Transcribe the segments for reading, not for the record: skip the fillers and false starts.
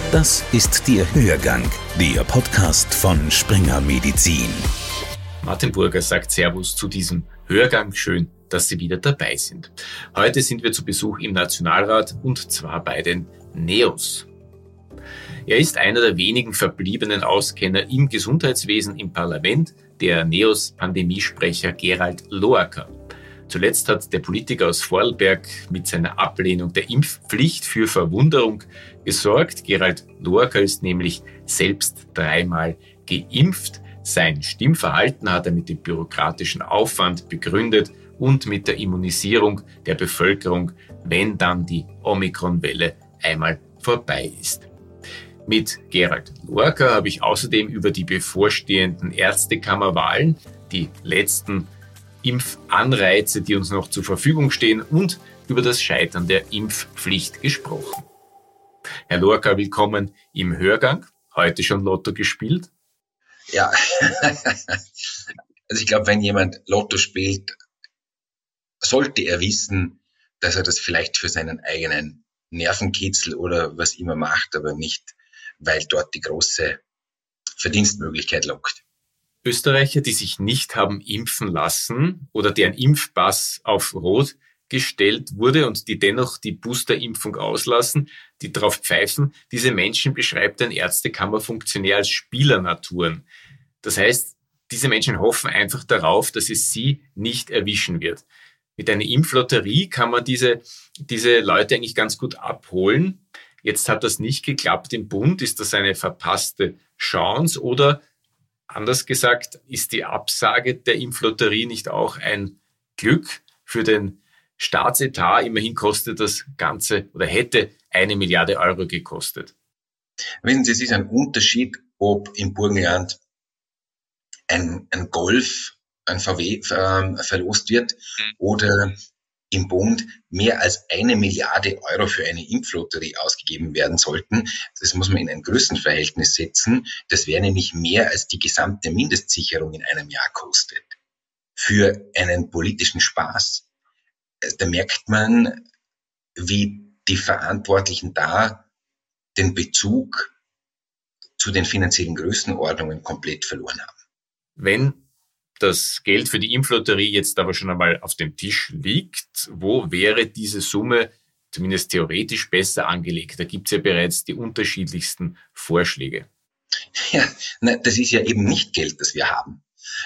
Das ist der Hörgang, der Podcast von Springer Medizin. Martin Burger sagt Servus zu diesem Hörgang. Schön, dass Sie wieder dabei sind. Heute sind wir zu Besuch im Nationalrat und zwar bei den NEOS. Er ist einer der wenigen verbliebenen Auskenner im Gesundheitswesen im Parlament, der NEOS-Pandemiesprecher Gerald Loacker. Zuletzt hat der Politiker aus Vorarlberg mit seiner Ablehnung der Impfpflicht für Verwunderung gesorgt. Gerald Loacker ist nämlich selbst 3-mal geimpft. Sein Stimmverhalten hat er mit dem bürokratischen Aufwand begründet und mit der Immunisierung der Bevölkerung, wenn dann die Omikron-Welle einmal vorbei ist. Mit Gerald Loacker habe ich außerdem über die bevorstehenden Ärztekammerwahlen, die letzten Impfanreize, die uns noch zur Verfügung stehen, und über das Scheitern der Impfpflicht gesprochen. Herr Loacker, willkommen im Hörgang. Heute schon Lotto gespielt? Ja, also ich glaube, wenn jemand Lotto spielt, sollte er wissen, dass er das vielleicht für seinen eigenen Nervenkitzel oder was immer macht, aber nicht, weil dort die große Verdienstmöglichkeit lockt. Österreicher, die sich nicht haben impfen lassen oder deren Impfpass auf Rot gestellt wurde und die dennoch die Boosterimpfung auslassen, die drauf pfeifen, diese Menschen beschreibt ein Ärztekammerfunktionär als Spielernaturen. Das heißt, diese Menschen hoffen einfach darauf, dass es sie nicht erwischen wird. Mit einer Impflotterie kann man diese Leute eigentlich ganz gut abholen. Jetzt hat das nicht geklappt im Bund. Ist das eine verpasste Chance oder anders gesagt, ist die Absage der Impflotterie nicht auch ein Glück für den Staatsetat? Immerhin kostet das Ganze oder hätte 1 Milliarde Euro gekostet. Wissen Sie, es ist ein Unterschied, ob im Burgenland ein Golf, ein VW verlost wird oder im Bund mehr als 1 Milliarde Euro für eine Impflotterie ausgegeben werden sollten. Das muss man in ein Größenverhältnis setzen. Das wäre nämlich mehr als die gesamte Mindestsicherung in einem Jahr kostet. Für einen politischen Spaß. Da merkt man, wie die Verantwortlichen da den Bezug zu den finanziellen Größenordnungen komplett verloren haben. Wenn das Geld für die Impflotterie jetzt aber schon einmal auf dem Tisch liegt, wo wäre diese Summe zumindest theoretisch besser angelegt? Da gibt es ja bereits die unterschiedlichsten Vorschläge. Ja, das ist ja eben nicht Geld, das wir haben.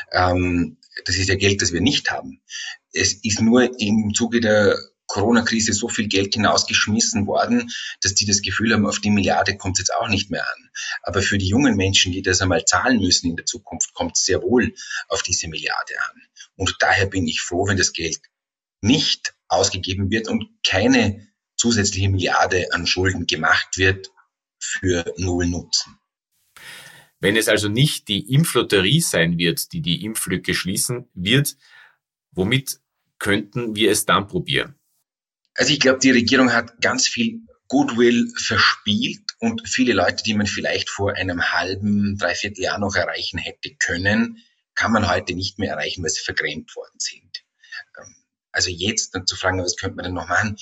Das ist ja Geld, das wir nicht haben. Es ist nur im Zuge der Corona-Krise so viel Geld hinausgeschmissen worden, dass die das Gefühl haben, auf die Milliarde kommt es jetzt auch nicht mehr an. Aber für die jungen Menschen, die das einmal zahlen müssen in der Zukunft, kommt es sehr wohl auf diese Milliarde an. Und daher bin ich froh, wenn das Geld nicht ausgegeben wird und keine zusätzliche Milliarde an Schulden gemacht wird für null Nutzen. Wenn es also nicht die Impflotterie sein wird, die die Impflücke schließen wird, womit könnten wir es dann probieren? Also ich glaube, die Regierung hat ganz viel Goodwill verspielt und viele Leute, die man vielleicht vor einem halben, dreiviertel Jahr noch erreichen hätte können, kann man heute nicht mehr erreichen, weil sie vergrämt worden sind. Also jetzt dann zu fragen, was könnte man denn noch machen,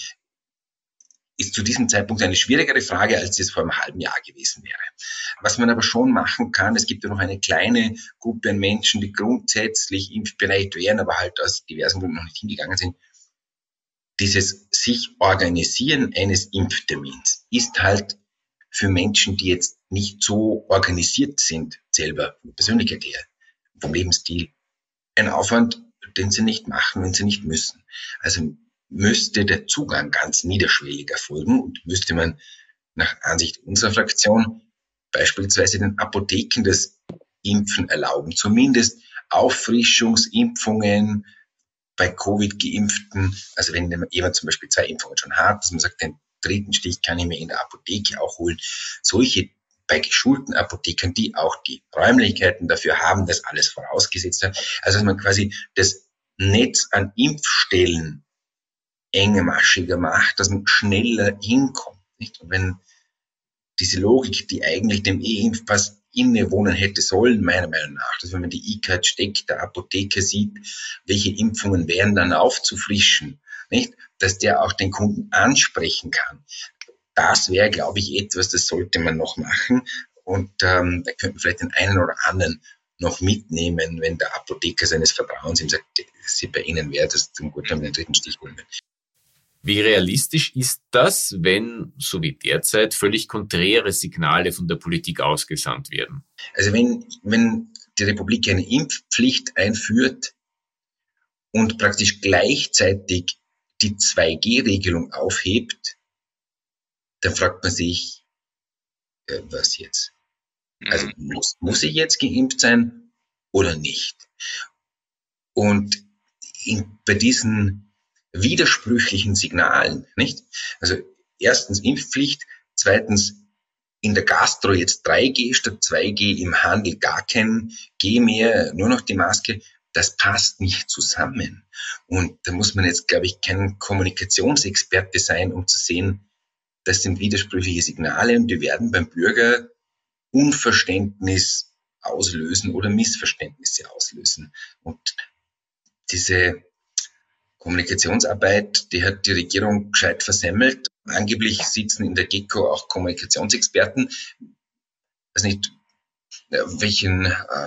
ist zu diesem Zeitpunkt eine schwierigere Frage, als es vor einem halben Jahr gewesen wäre. Was man aber schon machen kann, es gibt ja noch eine kleine Gruppe an Menschen, die grundsätzlich impfbereit wären, aber halt aus diversen Gründen noch nicht hingegangen sind. Dieses sich organisieren eines Impftermins ist halt für Menschen, die jetzt nicht so organisiert sind, selber von der Persönlichkeit her, vom Lebensstil, ein Aufwand, den sie nicht machen, wenn sie nicht müssen. Also müsste der Zugang ganz niederschwellig erfolgen und müsste man nach Ansicht unserer Fraktion beispielsweise den Apotheken das Impfen erlauben, zumindest Auffrischungsimpfungen bei Covid-Geimpften, also wenn jemand zum Beispiel 2 Impfungen schon hat, dass man sagt, den 3. Stich kann ich mir in der Apotheke auch holen. Solche bei geschulten Apothekern, die auch die Räumlichkeiten dafür haben, das alles vorausgesetzt hat. Also dass man quasi das Netz an Impfstellen engmaschiger macht, dass man schneller hinkommt. Nicht? Und wenn diese Logik, die eigentlich dem E-Impfpass innewohnen hätte sollen, meiner Meinung nach, dass wenn man die E-Card steckt, der Apotheker sieht, welche Impfungen wären dann aufzufrischen, nicht? Dass der auch den Kunden ansprechen kann. das wäre, glaube ich, etwas, das sollte man noch machen. Und da könnten wir vielleicht den einen oder anderen noch mitnehmen, wenn der Apotheker seines Vertrauens ihm sagt, sie bei Ihnen wäre das zum Gut, haben wir den dritten Stich holen. Wie realistisch ist das, wenn, so wie derzeit, völlig konträre Signale von der Politik ausgesandt werden? Also wenn die Republik eine Impfpflicht einführt und praktisch gleichzeitig die 2G-Regelung aufhebt, dann fragt man sich, was jetzt? Also muss ich jetzt geimpft sein oder nicht? Und bei diesen widersprüchlichen Signalen, nicht? Also erstens Impfpflicht, zweitens in der Gastro jetzt 3G statt 2G, im Handel gar kein G mehr, nur noch die Maske. Das passt nicht zusammen. Und da muss man jetzt, glaube ich, kein Kommunikationsexperte sein, um zu sehen, das sind widersprüchliche Signale und die werden beim Bürger Unverständnis auslösen oder Missverständnisse auslösen. Und diese Kommunikationsarbeit, die hat die Regierung gescheit versemmelt. Angeblich sitzen in der GECO auch Kommunikationsexperten. Ich weiß nicht, welchen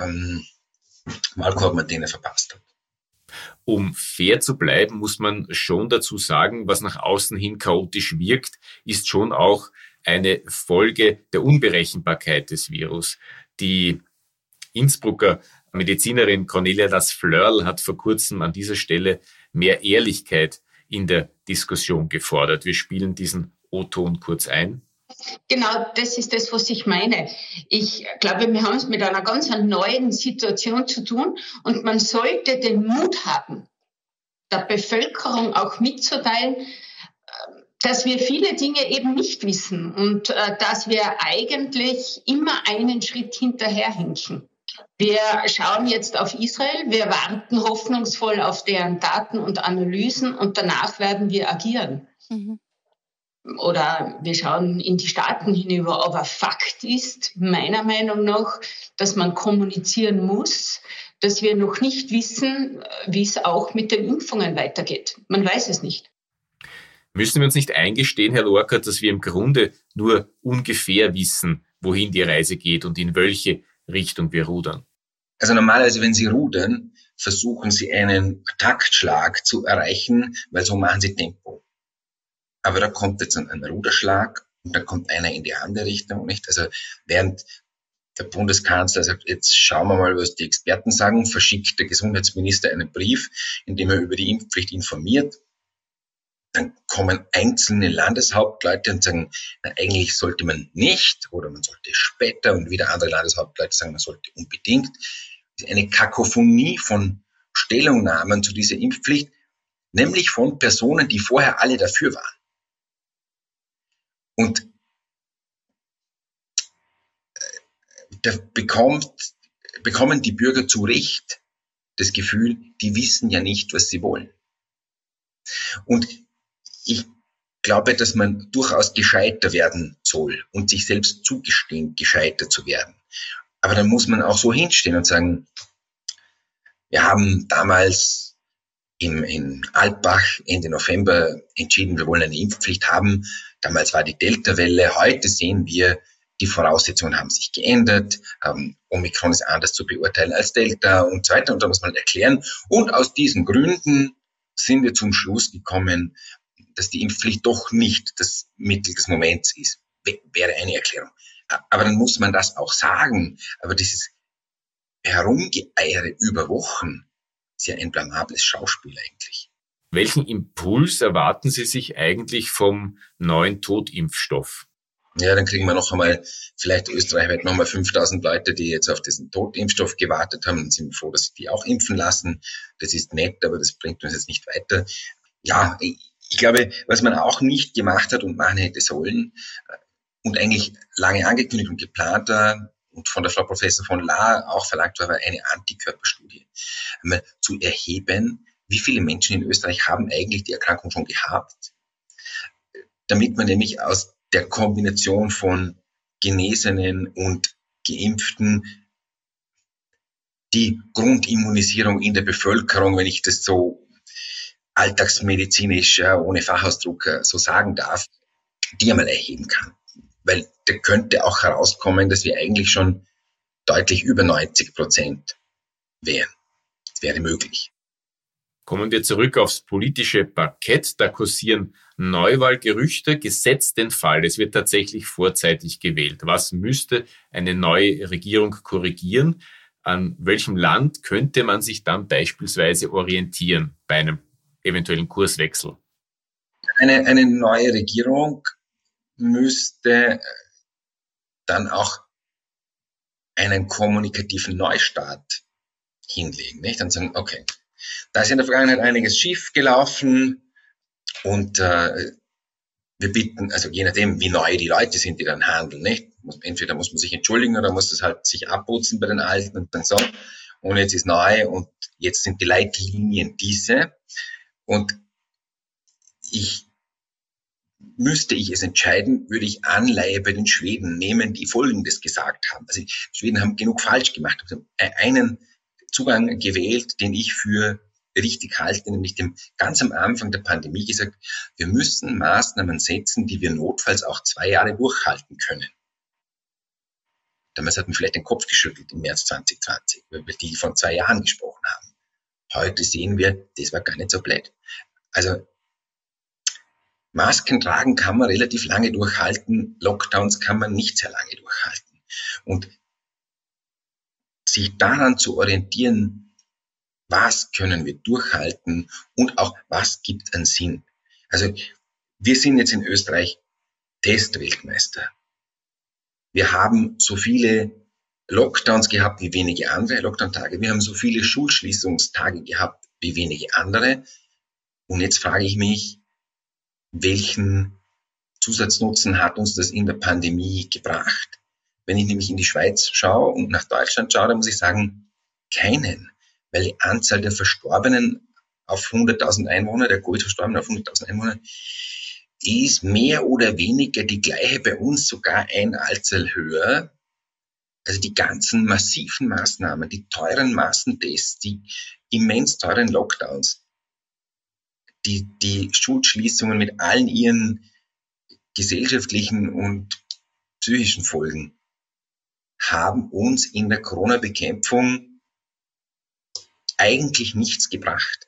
Wahlkorb man denen verpasst hat. Um fair zu bleiben, muss man schon dazu sagen, was nach außen hin chaotisch wirkt, ist schon auch eine Folge der Unberechenbarkeit des Virus. Die Innsbrucker Medizinerin Cornelia Lasflörl hat vor kurzem an dieser Stelle mehr Ehrlichkeit in der Diskussion gefordert. Wir spielen diesen O-Ton kurz ein. Genau, das ist das, was ich meine. Ich glaube, wir haben es mit einer ganz neuen Situation zu tun und man sollte den Mut haben, der Bevölkerung auch mitzuteilen, dass wir viele Dinge eben nicht wissen und dass wir eigentlich immer einen Schritt hinterherhinken. Wir schauen jetzt auf Israel, wir warten hoffnungsvoll auf deren Daten und Analysen und danach werden wir agieren. Mhm. Oder wir schauen in die Staaten hinüber. Aber Fakt ist, meiner Meinung nach, dass man kommunizieren muss, dass wir noch nicht wissen, wie es auch mit den Impfungen weitergeht. Man weiß es nicht. Müssen wir uns nicht eingestehen, Herr Lorca, dass wir im Grunde nur ungefähr wissen, wohin die Reise geht und in welche Richtung wir rudern? Also normalerweise, wenn Sie rudern, versuchen Sie einen Taktschlag zu erreichen, weil so machen Sie Tempo. Aber da kommt jetzt ein Ruderschlag und dann kommt einer in die andere Richtung, nicht? Also während der Bundeskanzler sagt, jetzt schauen wir mal, was die Experten sagen, verschickt der Gesundheitsminister einen Brief, in dem er über die Impfpflicht informiert. Dann kommen einzelne Landeshauptleute und sagen, na, eigentlich sollte man nicht oder man sollte später, und wieder andere Landeshauptleute sagen, man sollte unbedingt. Eine Kakophonie von Stellungnahmen zu dieser Impfpflicht, nämlich von Personen, die vorher alle dafür waren. Und da bekommen die Bürger zu Recht das Gefühl, die wissen ja nicht, was sie wollen. Und ich glaube, dass man durchaus gescheiter werden soll und sich selbst zugestehen, gescheiter zu werden. Aber dann muss man auch so hinstehen und sagen, wir haben damals in Alpbach Ende November entschieden, wir wollen eine Impfpflicht haben. Damals war die Delta-Welle. Heute sehen wir, die Voraussetzungen haben sich geändert. Omikron ist anders zu beurteilen als Delta und so weiter. Und da muss man erklären. Und aus diesen Gründen sind wir zum Schluss gekommen, dass die Impfpflicht doch nicht das Mittel des Moments ist. Wäre eine Erklärung. Aber dann muss man das auch sagen. Aber dieses Herumgeeiere über Wochen ist ja ein blamables Schauspiel eigentlich. Welchen Impuls erwarten Sie sich eigentlich vom neuen Totimpfstoff? Ja, dann kriegen wir noch einmal, vielleicht österreichweit noch einmal 5.000 Leute, die jetzt auf diesen Totimpfstoff gewartet haben. Dann sind wir froh, dass sie die auch impfen lassen. Das ist nett, aber das bringt uns jetzt nicht weiter. Ja, ich glaube, was man auch nicht gemacht hat und machen hätte sollen und eigentlich lange angekündigt und geplant war und von der Frau Professor von Lahr auch verlangt war, eine Antikörperstudie einmal zu erheben, wie viele Menschen in Österreich haben eigentlich die Erkrankung schon gehabt, damit man nämlich aus der Kombination von Genesenen und Geimpften die Grundimmunisierung in der Bevölkerung, wenn ich das so alltagsmedizinisch ohne Fachausdruck so sagen darf, die einmal erheben kann. Weil da könnte auch herauskommen, dass wir eigentlich schon deutlich über 90% wären. Das wäre möglich. Kommen wir zurück aufs politische Parkett. Da kursieren Neuwahlgerüchte. Gesetzt den Fall, es wird tatsächlich vorzeitig gewählt. Was müsste eine neue Regierung korrigieren? An welchem Land könnte man sich dann beispielsweise orientieren bei einem eventuellen Kurswechsel? Eine neue Regierung müsste dann auch einen kommunikativen Neustart hinlegen, nicht? Und sagen, okay, da ist in der Vergangenheit einiges schief gelaufen und wir bitten, also je nachdem, wie neu die Leute sind, die dann handeln, nicht? Entweder muss man sich entschuldigen oder muss es halt sich abputzen bei den Alten und dann so. Und jetzt ist neu und jetzt sind die Leitlinien diese. Und müsste ich es entscheiden, würde ich Anleihe bei den Schweden nehmen, die Folgendes gesagt haben. Also die Schweden haben genug falsch gemacht, haben einen Zugang gewählt, den ich für richtig halte, nämlich dem ganz am Anfang der Pandemie gesagt, wir müssen Maßnahmen setzen, die wir notfalls auch 2 Jahre durchhalten können. Damals hat man vielleicht den Kopf geschüttelt im März 2020, weil wir die von 2 Jahren gesprochen haben. Heute sehen wir, das war gar nicht so blöd. Also Masken tragen kann man relativ lange durchhalten, Lockdowns kann man nicht sehr lange durchhalten. Und sich daran zu orientieren, was können wir durchhalten und auch was gibt einen Sinn. Also wir sind jetzt in Österreich Testweltmeister. Wir haben so viele Lockdowns gehabt wie wenige andere Lockdown-Tage. Wir haben so viele Schulschließungstage gehabt wie wenige andere. Und jetzt frage ich mich, welchen Zusatznutzen hat uns das in der Pandemie gebracht? Wenn ich nämlich in die Schweiz schaue und nach Deutschland schaue, dann muss ich sagen, keinen. Weil die Anzahl der Verstorbenen auf 100.000 Einwohner, der Covid-Verstorbenen auf 100.000 Einwohner, ist mehr oder weniger die gleiche, bei uns sogar ein Anzahl höher. Also die ganzen massiven Maßnahmen, die teuren Massentests, die immens teuren Lockdowns, die Schulschließungen mit allen ihren gesellschaftlichen und psychischen Folgen haben uns in der Corona-Bekämpfung eigentlich nichts gebracht.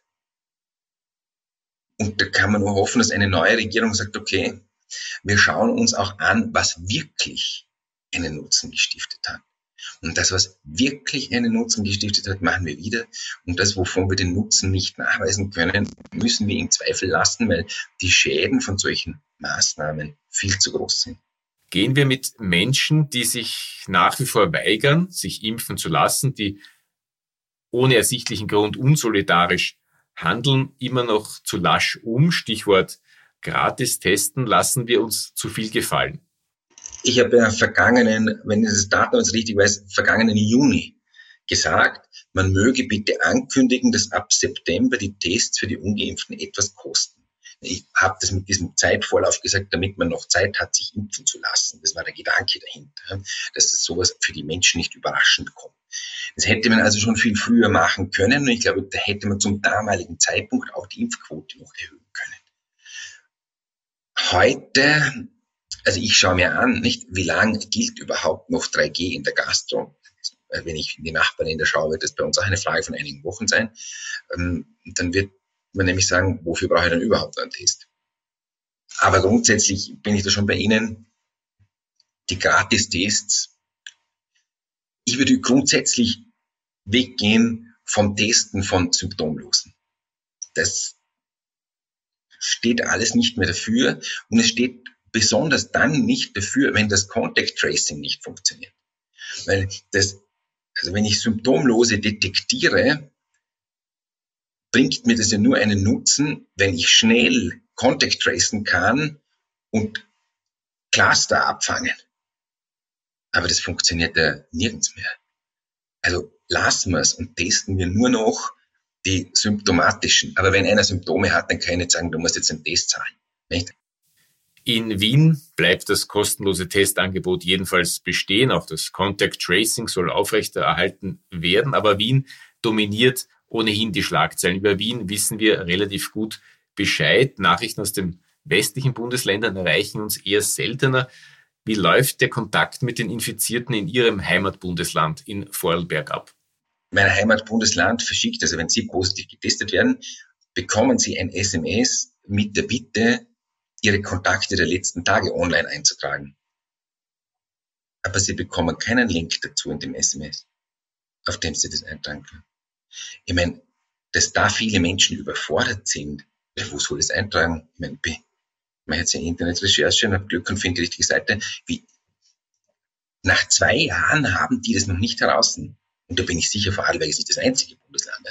Und da kann man nur hoffen, dass eine neue Regierung sagt, okay, wir schauen uns auch an, was wirklich einen Nutzen gestiftet hat. Und das, was wirklich einen Nutzen gestiftet hat, machen wir wieder. Und das, wovon wir den Nutzen nicht nachweisen können, müssen wir im Zweifel lassen, weil die Schäden von solchen Maßnahmen viel zu groß sind. Gehen wir mit Menschen, die sich nach wie vor weigern, sich impfen zu lassen, die ohne ersichtlichen Grund unsolidarisch handeln, immer noch zu lasch um? Stichwort gratis testen, lassen wir uns zu viel gefallen. Ich habe ja vergangenen, wenn ich das Datum jetzt richtig weiß, vergangenen Juni gesagt, man möge bitte ankündigen, dass ab September die Tests für die Ungeimpften etwas kosten. Ich habe das mit diesem Zeitvorlauf gesagt, damit man noch Zeit hat, sich impfen zu lassen. Das war der Gedanke dahinter, dass das sowas für die Menschen nicht überraschend kommt. Das hätte man also schon viel früher machen können und ich glaube, da hätte man zum damaligen Zeitpunkt auch die Impfquote noch erhöhen können. Heute, also ich schaue mir an, nicht, wie lange gilt überhaupt noch 3G in der Gastro? Wenn ich in die Nachbarländer schaue, wird das bei uns auch eine Frage von einigen Wochen sein. Dann wird man nämlich sagen, wofür brauche ich dann überhaupt einen Test? Aber grundsätzlich bin ich da schon bei Ihnen, die Gratis-Tests. Ich würde grundsätzlich weggehen vom Testen von Symptomlosen. Das steht alles nicht mehr dafür und es steht besonders dann nicht dafür, wenn das Contact Tracing nicht funktioniert. Weil also wenn ich Symptomlose detektiere, bringt mir das ja nur einen Nutzen, wenn ich schnell Contact tracen kann und Cluster abfangen. Aber das funktioniert ja nirgends mehr. Also lassen wir es und testen wir nur noch die symptomatischen. Aber wenn einer Symptome hat, dann kann ich nicht sagen, du musst jetzt einen Test zahlen. Nicht? In Wien bleibt das kostenlose Testangebot jedenfalls bestehen. Auch das Contact Tracing soll aufrechterhalten werden. Aber Wien dominiert ohnehin die Schlagzeilen. Über Wien wissen wir relativ gut Bescheid. Nachrichten aus dem westlichen Bundesländern erreichen uns eher seltener. Wie läuft der Kontakt mit den Infizierten in Ihrem Heimatbundesland in Vorarlberg ab? Mein Heimatbundesland verschickt, also wenn Sie positiv getestet werden, bekommen Sie ein SMS mit der Bitte, Ihre Kontakte der letzten Tage online einzutragen. Aber Sie bekommen keinen Link dazu in dem SMS, auf dem Sie das eintragen können. Ich meine, dass da viele Menschen überfordert sind, wo soll ich das eintragen? Ich meine, man hat eine Internetrecherche und hat Glück und findet die richtige Seite. Nach 2 Jahren haben die das noch nicht heraus. Und da bin ich sicher, Vorarlberg ist nicht das einzige Bundesland.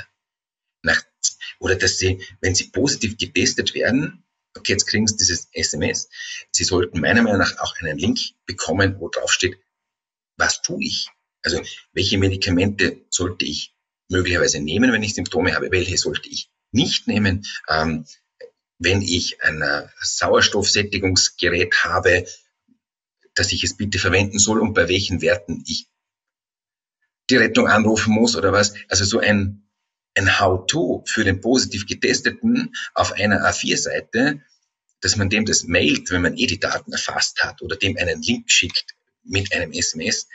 Oder dass sie, wenn sie positiv getestet werden, okay, jetzt kriegen sie dieses SMS. Sie sollten meiner Meinung nach auch einen Link bekommen, wo drauf steht, was tue ich? Also, welche Medikamente sollte ich möglicherweise nehmen, wenn ich Symptome habe? Welche sollte ich nicht nehmen? Wenn ich ein Sauerstoffsättigungsgerät habe, dass ich es bitte verwenden soll und bei welchen Werten ich die Rettung anrufen muss oder was. Also so ein How-to für den positiv Getesteten auf einer A4-Seite, dass man dem das mailt, wenn man die Daten erfasst hat oder dem einen Link schickt mit einem SMS,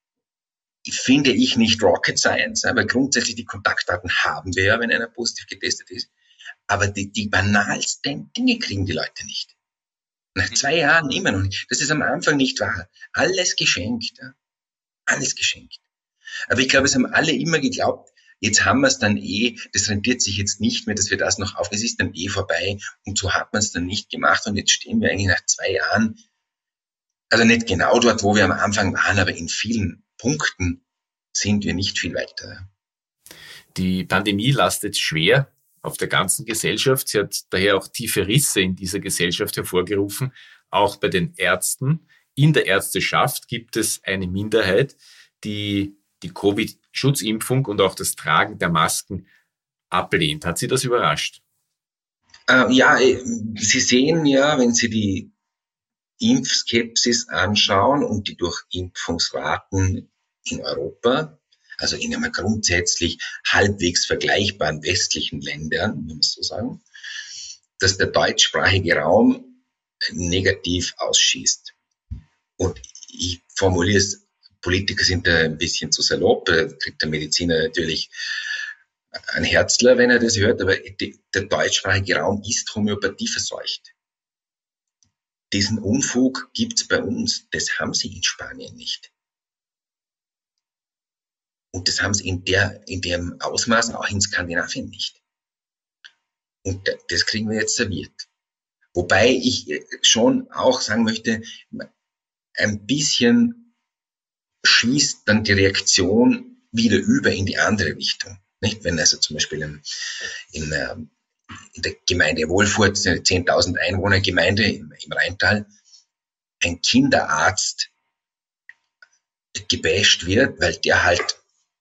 finde ich nicht Rocket Science, weil grundsätzlich die Kontaktdaten haben wir ja, wenn einer positiv getestet ist. Aber die banalsten Dinge kriegen die Leute nicht. Nach 2 Jahren immer noch nicht. Das ist am Anfang nicht wahr. Alles geschenkt. Ja. Alles geschenkt. Aber ich glaube, es haben alle immer geglaubt, jetzt haben wir es dann das rentiert sich jetzt nicht mehr, dass wir das noch es ist dann vorbei. Und so hat man es dann nicht gemacht. Und jetzt stehen wir eigentlich nach 2 Jahren, also nicht genau dort, wo wir am Anfang waren, aber in vielen Punkten sind wir nicht viel weiter. Die Pandemie lastet schwer auf der ganzen Gesellschaft. Sie hat daher auch tiefe Risse in dieser Gesellschaft hervorgerufen. Auch bei den Ärzten. In der Ärzteschaft gibt es eine Minderheit, die Covid-Schutzimpfung und auch das Tragen der Masken ablehnt. Hat Sie das überrascht? Ja, Sie sehen ja, wenn Sie die Impfskepsis anschauen und die Durchimpfungsraten in Europa, also in einem grundsätzlich halbwegs vergleichbaren westlichen Ländern, wenn man es so sagen, dass der deutschsprachige Raum negativ ausschießt. Und ich formuliere es, Politiker sind da ein bisschen zu salopp, da kriegt der Mediziner natürlich ein Herzler, wenn er das hört, aber der deutschsprachige Raum ist Homöopathie verseucht. Diesen Unfug gibt's bei uns, das haben sie in Spanien nicht. Und das haben sie in dem Ausmaß auch in Skandinavien nicht. Und das kriegen wir jetzt serviert. Wobei ich schon auch sagen möchte, ein bisschen schießt dann die Reaktion wieder über in die andere Richtung. Nicht? Wenn also zum Beispiel in der Gemeinde Wolfurt, eine 10.000 Einwohner-Gemeinde im Rheintal, ein Kinderarzt gebasht wird, weil der halt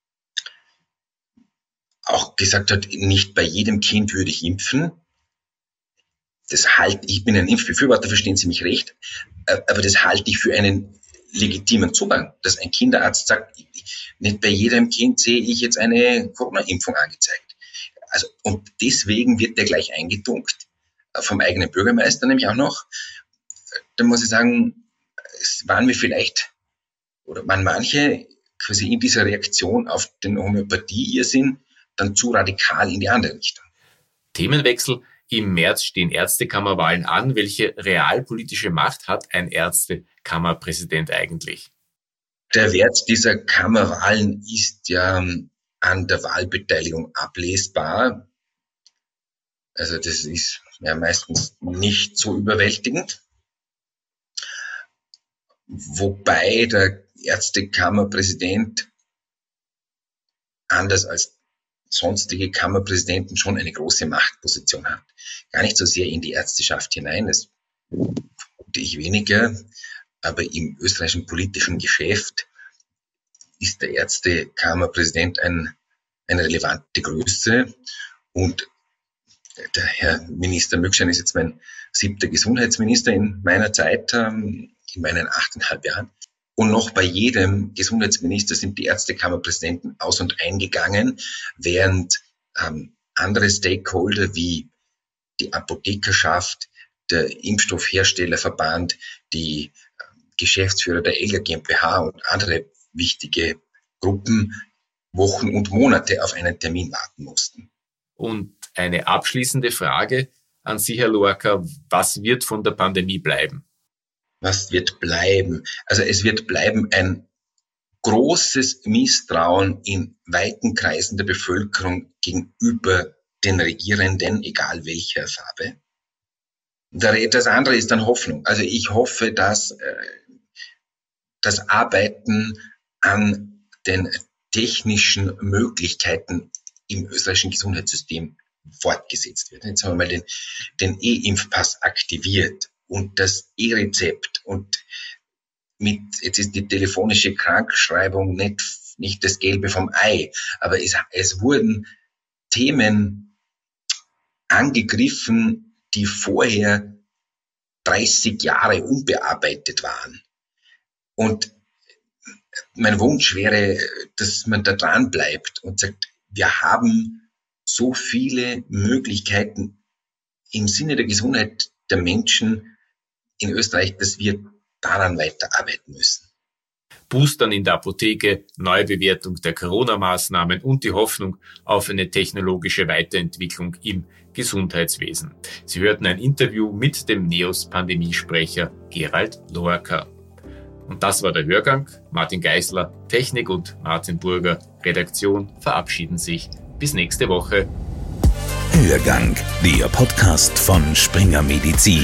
auch gesagt hat, nicht bei jedem Kind würde ich impfen. Ich bin ein Impfbefürworter, verstehen Sie mich recht, aber das halte ich für einen legitimen Zugang, dass ein Kinderarzt sagt, nicht bei jedem Kind sehe ich jetzt eine Corona-Impfung angezeigt. Also, und deswegen wird der gleich eingedunkt, vom eigenen Bürgermeister nämlich auch noch. Da muss ich sagen, es waren manche quasi in dieser Reaktion auf den Homöopathie-Irrsinn dann zu radikal in die andere Richtung. Themenwechsel. Im März stehen Ärztekammerwahlen an. Welche realpolitische Macht hat ein Ärztekammerpräsident eigentlich? Der Wert dieser Kammerwahlen ist ja an der Wahlbeteiligung ablesbar. Also das ist ja meistens nicht so überwältigend. Wobei der Ärztekammerpräsident anders als sonstige Kammerpräsidenten schon eine große Machtposition hat. Gar nicht so sehr in die Ärzteschaft hinein, das vermute ich weniger, aber im österreichischen politischen Geschäft ist der Ärztekammerpräsident eine relevante Größe und der Herr Minister Mückstein ist jetzt mein 7. Gesundheitsminister in meiner Zeit, in meinen 8,5 Jahren. Und noch bei jedem Gesundheitsminister sind die Ärztekammerpräsidenten aus- und eingegangen, während andere Stakeholder wie die Apothekerschaft, der Impfstoffherstellerverband, die Geschäftsführer der Elga GmbH und andere wichtige Gruppen Wochen und Monate auf einen Termin warten mussten. Und eine abschließende Frage an Sie, Herr Lorca. Was wird von der Pandemie bleiben? Was wird bleiben? Also es wird bleiben ein großes Misstrauen in weiten Kreisen der Bevölkerung gegenüber den Regierenden, egal welcher Farbe. Das andere ist dann Hoffnung. Also ich hoffe, dass das Arbeiten an den technischen Möglichkeiten im österreichischen Gesundheitssystem fortgesetzt wird. Jetzt haben wir mal den E-Impfpass aktiviert und das E-Rezept und jetzt ist die telefonische Krankschreibung nicht das Gelbe vom Ei, aber es wurden Themen angegriffen, die vorher 30 Jahre unbearbeitet waren. Und mein Wunsch wäre, dass man da dran bleibt und sagt, wir haben so viele Möglichkeiten im Sinne der Gesundheit der Menschen in Österreich, dass wir daran weiterarbeiten müssen. Boostern in der Apotheke, Neubewertung der Corona-Maßnahmen und die Hoffnung auf eine technologische Weiterentwicklung im Gesundheitswesen. Sie hörten ein Interview mit dem NEOS-Pandemiesprecher Gerald Lorca. Und das war der Hörgang. Martin Geisler, Technik, und Martin Burger, Redaktion, verabschieden sich. Bis nächste Woche. Hörgang, der Podcast von Springer Medizin.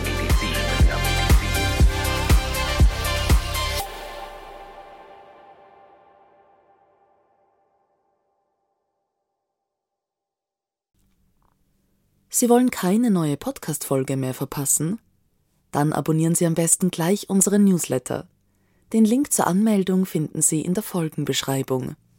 Sie wollen keine neue Podcast-Folge mehr verpassen? Dann abonnieren Sie am besten gleich unseren Newsletter. Den Link zur Anmeldung finden Sie in der Folgenbeschreibung.